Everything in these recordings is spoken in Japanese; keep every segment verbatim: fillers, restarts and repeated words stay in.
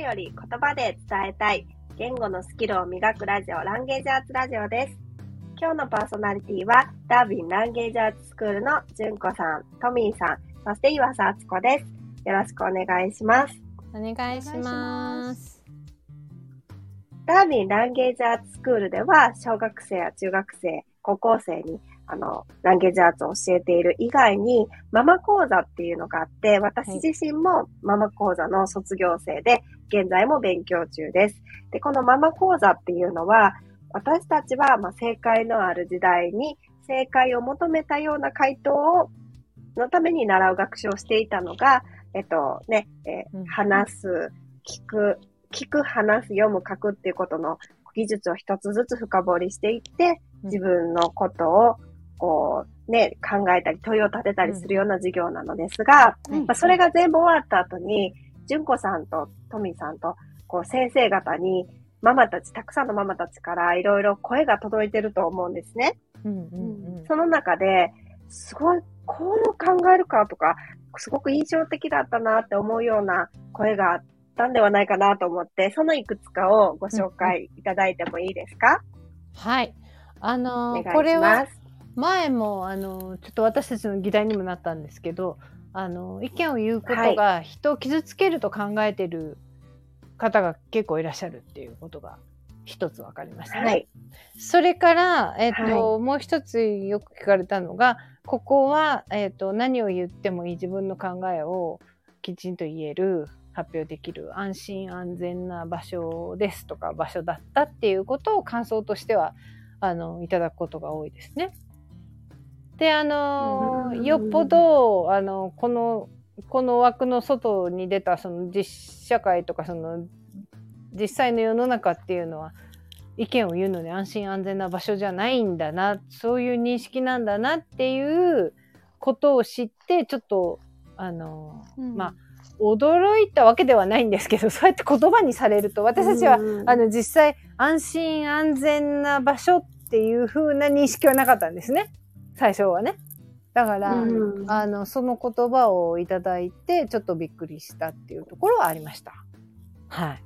より言葉で伝えたい言語のスキルを磨くラジオ、ランゲージアーツラジオです。今日のパーソナリティはダービンランゲージアーツスクールのじゅんこさん、トミーさん、そして岩佐敦子です。よろしくお願いします。 お願いします。 ダービンランゲージアーツスクールでは小学生や中学生、高校生にあのランゲージアーツを教えている以外にママ講座っていうのがあって、私自身もママ講座の卒業生で現在も勉強中です。で、このママ講座っていうのは私たちはまあ正解のある時代に正解を求めたような回答をのために習う学習をしていたのが、えっとね、えー、話す、聞く、聞く、話す、読む、書くっていうことの技術を一つずつ深掘りしていって、自分のことをこうね、考えたり問いを立てたりするような授業なのですが、うん、まあ、それが全部終わった後に、純子さんとトミーさんとこう先生方にママたち、たくさんのママたちからいろいろ声が届いてると思うんですね。うんうんうん、その中で、すごい、こう考えるかとか、すごく印象的だったなって思うような声があったんではないかなと思って、そのいくつかをご紹介いただいてもいいですか？ うんうん、はい。あのー、これは前も、あのー、ちょっと私たちの議題にもなったんですけど、あのー、意見を言うことが人を傷つけると考えている方が結構いらっしゃるっていうことが一つ分かりましたね。はい、それから、えーとはい、もう一つよく聞かれたのが、ここは、えーと、何を言ってもいい自分の考えをきちんと言える、発表できる安心安全な場所ですとか場所だったっていうことを感想としてはあのいただくことが多いですね。で、あのよっぽどあのこのこの枠の外に出たその実社会とかその実際の世の中っていうのは意見を言うのに安心安全な場所じゃないんだな、そういう認識なんだなっていうことを知って、ちょっとあの、うん、まあ驚いたわけではないんですけど、そうやって言葉にされると私たちはあの実際安心安全な場所っていう風な認識はなかったんですね、最初はね。だから、うん、あのその言葉をいただいてちょっとびっくりしたっていうところはありました。はい。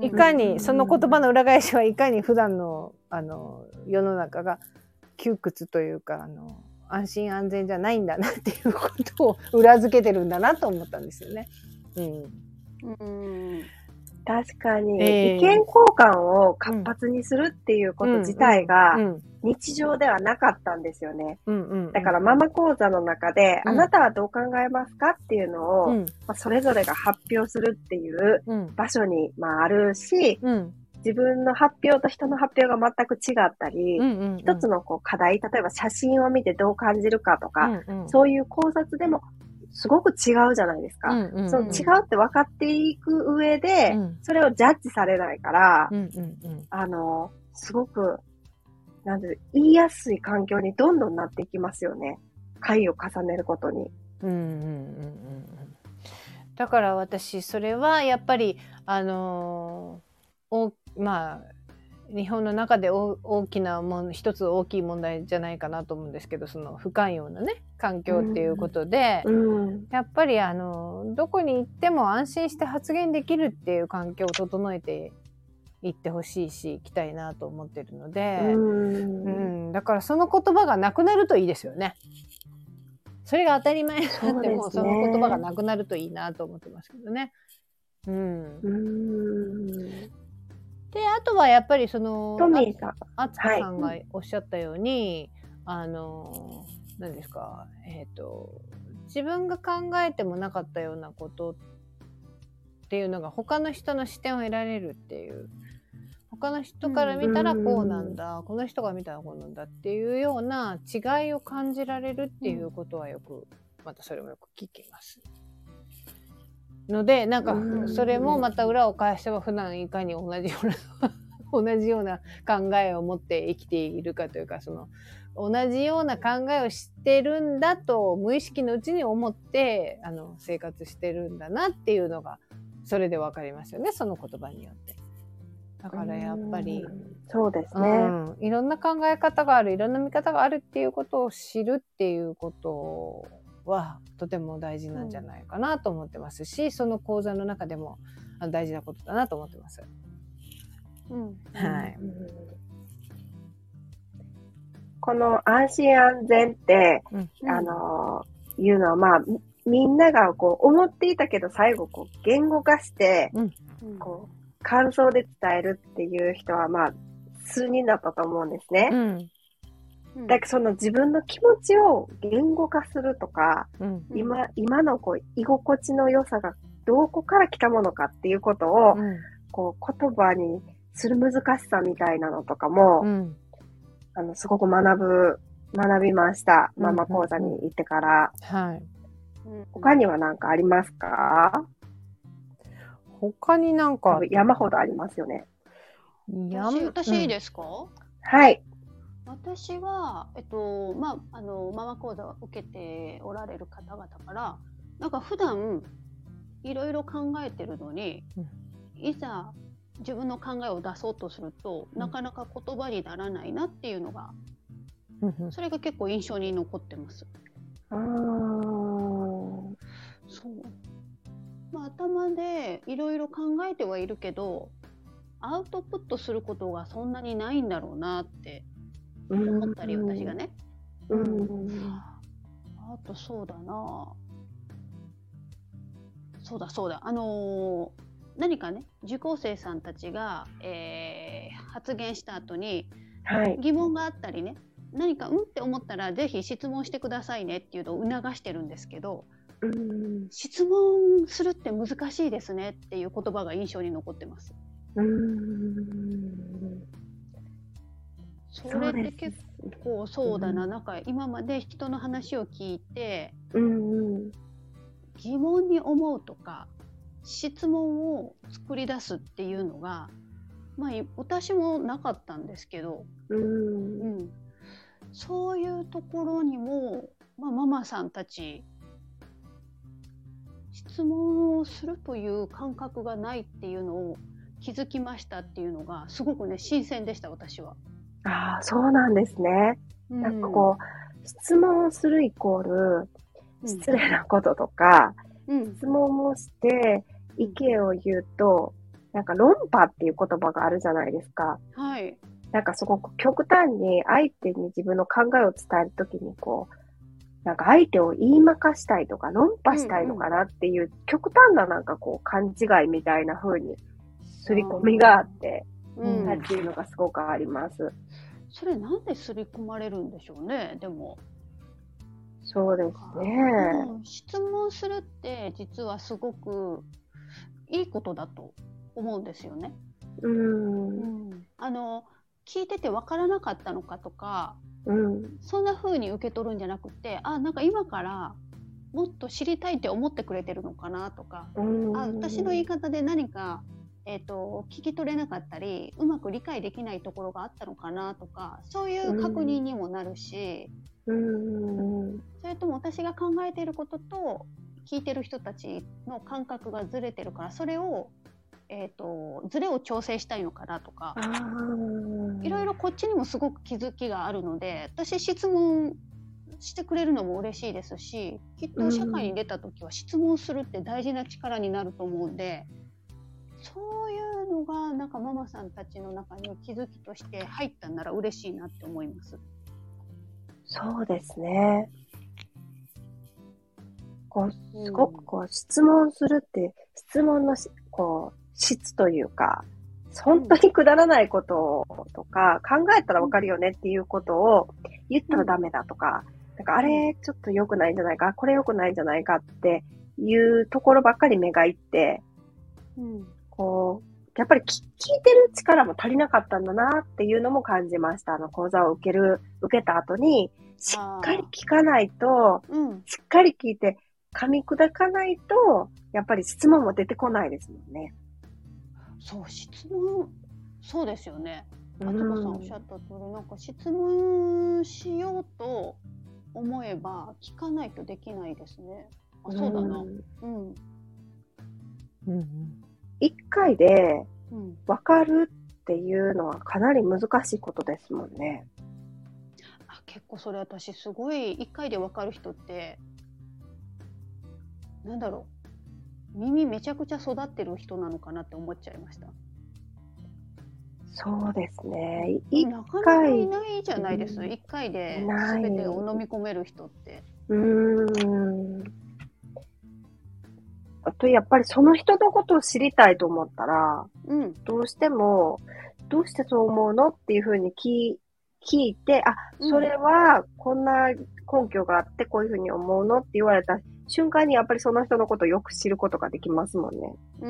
いかにその言葉の裏返しはいかに普段のあの世の中が窮屈というかあの安心安全じゃないんだなっていうことを裏付けてるんだなと思ったんですよね。うん。 うん、確かに、えー、意見交換を活発にするっていうこと自体が日常ではなかったんですよね。うんうんうん、だからママ講座の中で、うん、あなたはどう考えますかっていうのを、うんまあ、それぞれが発表するっていう場所に、まあ、あるし、うん自分の発表と人の発表が全く違ったり、うんうんうん、一つのこう課題、例えば写真を見てどう感じるかとか、うんうん、そういう考察でもすごく違うじゃないですか。うんうんうん、その違うって分かっていく上で、うん、それをジャッジされないから、うんうんうん、あの、すごく、なんて言いやすい環境にどんどんなっていきますよね。回を重ねることに。 うんうんうんうん、だから私、それはやっぱり、あのーまあ、日本の中で大きなもの一つ大きい問題じゃないかなと思うんですけど、その不寛容なね環境っていうことで、うんうん、やっぱりあのどこに行っても安心して発言できるっていう環境を整えていってほしいし行きたいなと思ってるので、うんうん、だからその言葉がなくなるといいですよね。それが当たり前になっても そ,、ね、その言葉がなくなるといいなと思ってますけどね。うん。うーんで、あとはやっぱりその、 トミーさん、 あつこさんがおっしゃったように、はい、あの、何ですか、えっと、自分が考えてもなかったようなことっていうのが他の人の視点を得られるっていう、他の人から見たらこうなんだ、うん、この人が見たらこうなんだっていうような違いを感じられるっていうことはよく、またそれもよく聞きます。のでなんかそれもまた裏を返しては普段いかに同じような同じような考えを持って生きているかというか、その同じような考えをしてるんだと無意識のうちに思ってあの生活してるんだなっていうのがそれで分かりますよね、その言葉によって。だからやっぱりそうですね、 うん、いろんな考え方がある、いろんな見方があるっていうことを知るっていうことはとても大事なんじゃないかなと思ってますし、うん、その講座の中でも大事なことだなと思ってます。 うん、はい。この安心安全って、うん、あのー、いうのはまあみんながこう思っていたけど最後こう言語化して、うん、こう感想で伝えるっていう人はまあ数人だったと思うんですね。うんだからその自分の気持ちを言語化するとか、うん、今、今のこう居心地の良さがどこから来たものかっていうことを、うん、こう言葉にする難しさみたいなのとかも、うん、あの、すごく学ぶ、学びました。ママ講座に行ってから。はい。他には何かありますか？ 他になんか。 山ほどありますよね。 私、私いいですか？ はい。 私は、えっと、まあ、あの、ママ講座を受けておられる方々から、なんか普段、いろいろ考えてるのに、うん、いざ自分の考えを出そうとすると、うん、なかなか言葉にならないなっていうのが、うん、それが結構印象に残ってます。あそう。まあ、頭でいろいろ考えてはいるけど、アウトプットすることがそんなにないんだろうなって思ったり、私がね、うん、あとそうだなそうだそうだあのー、何かね受講生さんたちが、えー、発言した後に、はい、疑問があったりね何かうんって思ったらぜひ質問してくださいねっていうのを促してるんですけど、うん、質問するって難しいですねっていう言葉が印象に残ってます。うーんそれって結構そうだな、うん、なんか今まで人の話を聞いて、うんうん、疑問に思うとか質問を作り出すっていうのが、まあ、私もなかったんですけど、うんうん、そういうところにも、まあ、ママさんたち質問をするという感覚がないっていうのを気づきましたっていうのがすごくね新鮮でした私は。 ああ、そうなんですね。うん、なんかこう、質問をするイコール、失礼なこととか、うん、質問をして意見を言うと、なんか論破っていう言葉があるじゃないですか。はい。なんかすごく極端に相手に自分の考えを伝えるときにこう、なんか相手を言いまかしたいとか論破したいのかなっていう極端ななんかこう勘違いみたいな風に刷り込みがあって、うん、っていうのがすごくあります。 それなんで刷り込まれるんでしょうね、でも。 そうですね、 うん。質問するって実はすごくいいことだと思うんですよね。うん。うん、あの、聞いてて分からなかったのかとか、うん、そんな風に受け取るんじゃなくて、あ、なんか今からもっと知りたいって思ってくれてるのかなとか、うん、あ、私の言い方で何かえーと、聞き取れなかったりうまく理解できないところがあったのかなとかそういう確認にもなるし、うん、それとも私が考えていることと聞いてる人たちの感覚がずれてるからそれを、えーと、ずれを調整したいのかなとかいろいろこっちにもすごく気づきがあるので私質問してくれるのも嬉しいですしきっと社会に出た時は質問するって大事な力になると思うんでそういうのがなんかママさんたちの中に気づきとして入ったんなら嬉しいなって思います。 そうですね。こうすごくこう質問するって質問のこう質というか本当にくだらないこととか、うん、考えたらわかるよねっていうことを言ったらダメだとか、うん、なんかあれちょっと良くないんじゃないかこれ良くないんじゃないかっていうところばっかり目がいって、うんこうやっぱり聞いてる力も足りなかったんだなっていうのも感じました。あの講座を受ける、受けた後に、しっかり聞かないと、うん、しっかり聞いて噛み砕かないと、やっぱり質問も出てこないですもんね。 そう、質問、そうですよね。あつこさんおっしゃった通り、なんか質問しようと思えば聞かないとできないですね。あ、そうだな。うん。うんうん一回で分かるっていうのはかなり難しいことですもんね。 あ、結構それ私すごい一回で分かる人ってなんだろう、耳めちゃくちゃ育ってる人なのかなって思っちゃいました。 そうですね。 一回なかなかいないじゃないですか。一回で全てを飲み込める人って。 うーん。あと、やっぱりその人のことを知りたいと思ったら、うん、どうしても、どうしてそう思うのっていうふうに聞、聞いて、あ、それはこんな根拠があってこういうふうに思うのって言われた瞬間にやっぱりその人のことをよく知ることができますもんね。 うん。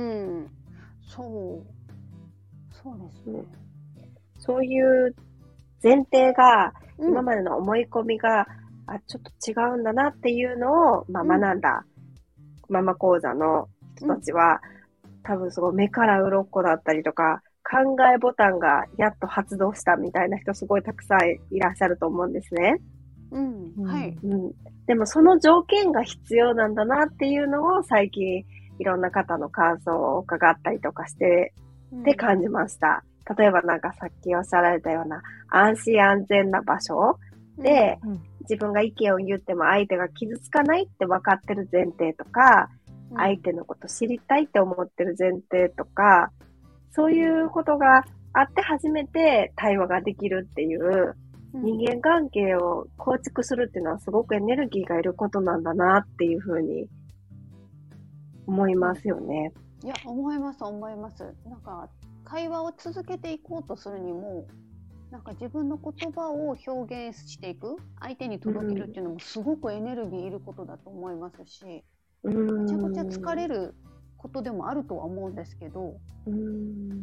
そう。そうですね。 そういう前提が、今までの思い込みが、うん、あ、ちょっと違うんだなっていうのを、まあ、学んだ、うん、ママ講座の人たちは、うん、多分すごい目から鱗だったりとか、考えボタンがやっと発動したみたいな人すごいたくさんいらっしゃると思うんですね。 うん、はい。 うん。でもその条件が必要なんだなっていうのを最近いろんな方の感想を伺ったりとかして、って感じました。例えばなんかさっきおっしゃられたような安心安全な場所で、うんうん、自分が意見を言っても相手が傷つかないって分かってる前提とか、うん、相手のこと知りたいって思ってる前提とか、そういうことがあって初めて対話ができるっていう、うん、人間関係を構築するっていうのはすごくエネルギーがいることなんだなっていうふうに思いますよね。 いや、思います思います。なんか会話を続けていこうとするにも、なんか自分の言葉を表現していく、相手に届けるっていうのもすごくエネルギーいることだと思いますし、うん、めちゃくちゃ疲れることでもあるとは思うんですけど、うん、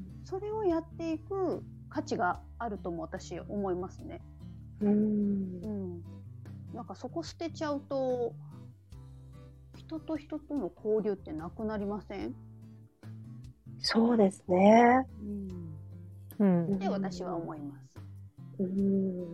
それをやっていく価値があるとも私思いますね。うんうん、なんかそこ捨てちゃうと人と人との交流ってなくなりません？ そうですね。 うん。って私は思います。うん。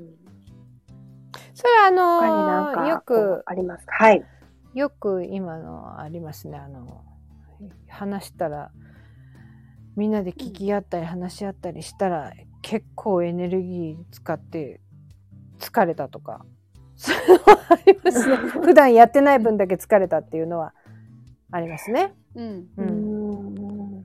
それはあのー、よくありますか？はい。 よく今のありますね。あの話したらみんなで聞き合ったり話し合ったりしたら、うん、結構エネルギー使って疲れたとか、そういうのはありますね。普段やってない分だけ疲れたっていうのはありますね。うん。うん。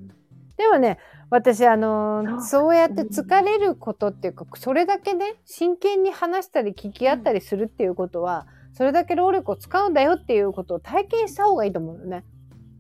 でもね、私あのそうやって疲れることっていうか、それだけね真剣に話したり聞き合ったりするっていうことは、うん、それだけ労力を使うんだよっていうことを体験した方がいいと思うのね。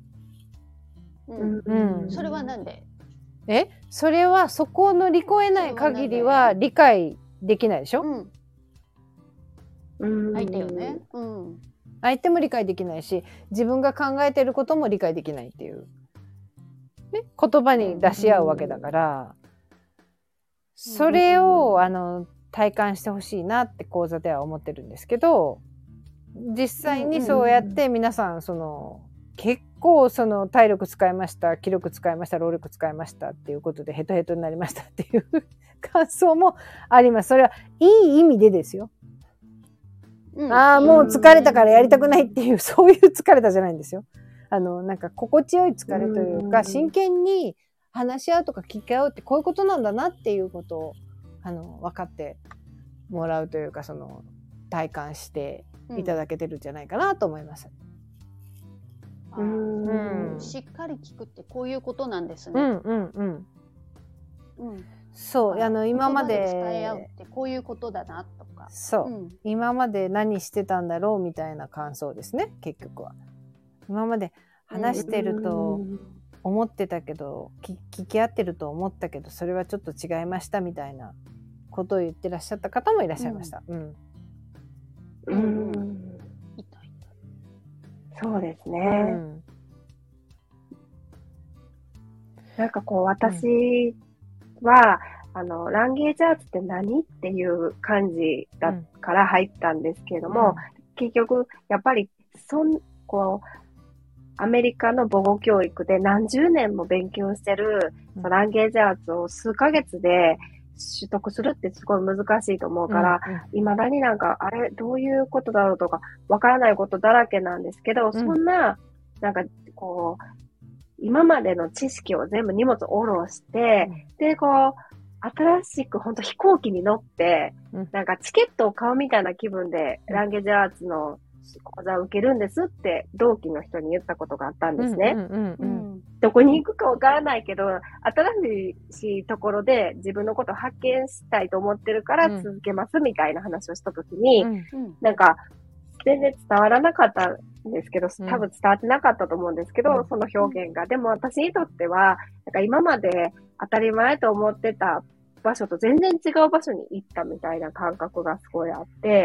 うんうん、それはなんで？ え、それはそこを乗り越えない限りは理解できないでしょ？ うん、相手よね、うん。 相手も理解できないし、自分が考えていることも理解できないっていう。ね、言葉に出し合うわけだから、それをあの体感してほしいなって講座では思ってるんですけど、実際にそうやって皆さんその結構その体力使いました、気力使いました、労力使いましたっていうことでヘトヘトになりましたっていう感想もあります。それはいい意味でですよ。うん、ああ、もう疲れたからやりたくないっていう、そういう疲れたじゃないんですよ。あの、なんか心地よい疲れというか、真剣に話し合うとか聞き合うってこういうことなんだなっていうことを、あの、分かってもらうというか、その、体感していただけてるんじゃないかなと思います。 うん、うん、しっかり聞くってこういうことなんですね。 うんうんうん。うん、そう、あの、今まで。 伝え合うってこういうことだなとか。 そう、うん、今まで何してたんだろうみたいな感想ですね、結局は。今まで話してると思ってたけど、うん、聞き合ってると思ったけど、それはちょっと違いましたみたいなことを言ってらっしゃった方もいらっしゃいました。うん。 うん。うん、いたいた。そうですね。うん、なんかこう、私は、うん、あの、ランゲージアーツって何っていう感じだから入ったんですけれども、うん、結局、やっぱり、そん、こう、アメリカの母語教育で何十年も勉強してる、うん、ランゲージアーツを数ヶ月で取得するってすごい難しいと思うから、いま、うん、だになんか、あれ、どういうことだろうとか、わからないことだらけなんですけど、うん、そんな、なんか、こう、今までの知識を全部荷物を下ろして、うん、で、こう、新しく本当飛行機に乗って、うん、なんかチケットを買うみたいな気分で、うん、ランゲージアーツの講座を受けるんですって同期の人に言ったことがあったんですね。 うんうんうんうん、 どこに行くかわからないけど、新しいところで自分のことを発見したいと思ってるから続けますみたいな話をしたときに、うん、なんか全然伝わらなかったんですけど、多分伝わってなかったと思うんですけど、うん、その表現が。でも私にとっては、なんか今まで当たり前と思ってた場所と全然違う場所に行ったみたいな感覚がすごいあって、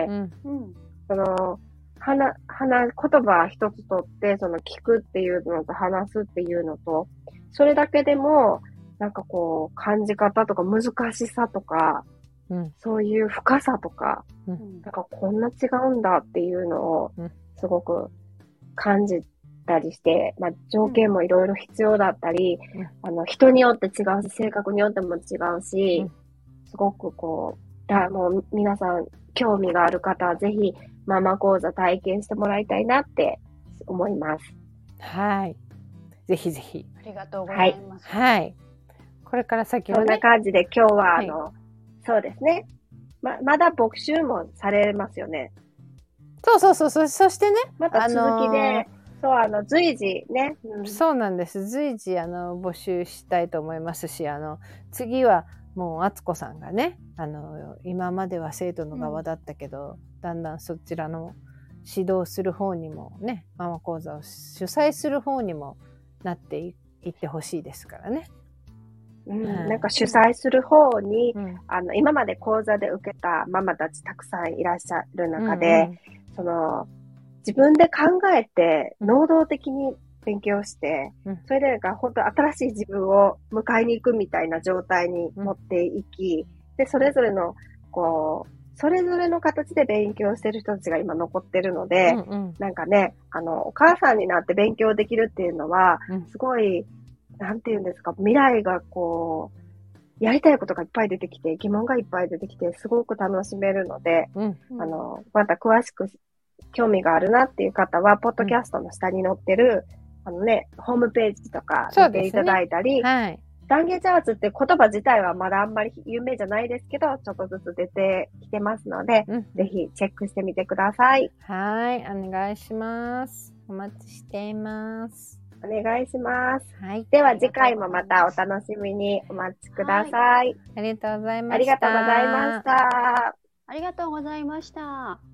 うんうん、その、話、話、言葉一つとって、その聞くっていうのと話すっていうのと、それだけでも、なんかこう、感じ方とか難しさとか、うん、そういう深さとか、うん、なんかこんな違うんだっていうのを、すごく感じたりして、まあ条件もいろいろ必要だったり、うん、あの、人によって違うし、性格によっても違うし、うん、すごくこう、だもう皆さん興味がある方はぜひママ講座体験してもらいたいなって思います。 はい。ぜひぜひ。 ありがとうございます。 はい。はい、これから先はね。 そんな感じで今日はあの、はい、そうですね。ま、まだ募集もされますよね。 そうそうそうそう。そしてね。 また続きで、あのー、そう、あの、随時ね、 うん。そうなんです。随時、あの、募集したいと思いますし、あの、次はもう、あつこさんがね、あの、今までは生徒の側だったけど、うん、だんだんそちらの指導する方にもね、ママ講座を主催する方にもなっていってほしいですからね。 うん、なんか主催する方に、うん、あの、今まで講座で受けたママたちたくさんいらっしゃる中で、うんうん、その、自分で考えて、能動的に勉強して、うん、それでなんか本当新しい自分を迎えに行くみたいな状態に持っていき、うん、で、それぞれの、こう、それぞれの形で勉強してる人たちが今残ってるので、うんうん、なんかね、あの、お母さんになって勉強できるっていうのは、すごい、なんていうんですか、未来がこう、やりたいことがいっぱい出てきて、疑問がいっぱい出てきて、すごく楽しめるので、うんうん、あの、また詳しく興味があるなっていう方は、ポッドキャストの下に載ってる、うん、あのね、ホームページとか見ていただいたり、ね、はい。ランゲージアーツって言葉自体はまだあんまり有名じゃないですけど、ちょっとずつ出てきてますので、うん、ぜひチェックしてみてください。 はい、お願いします。お待ちしています。 お願いします。はい。では次回もまたお楽しみにお待ちください。はい、 ありがとうございました。 ありがとうございました。 ありがとうございました。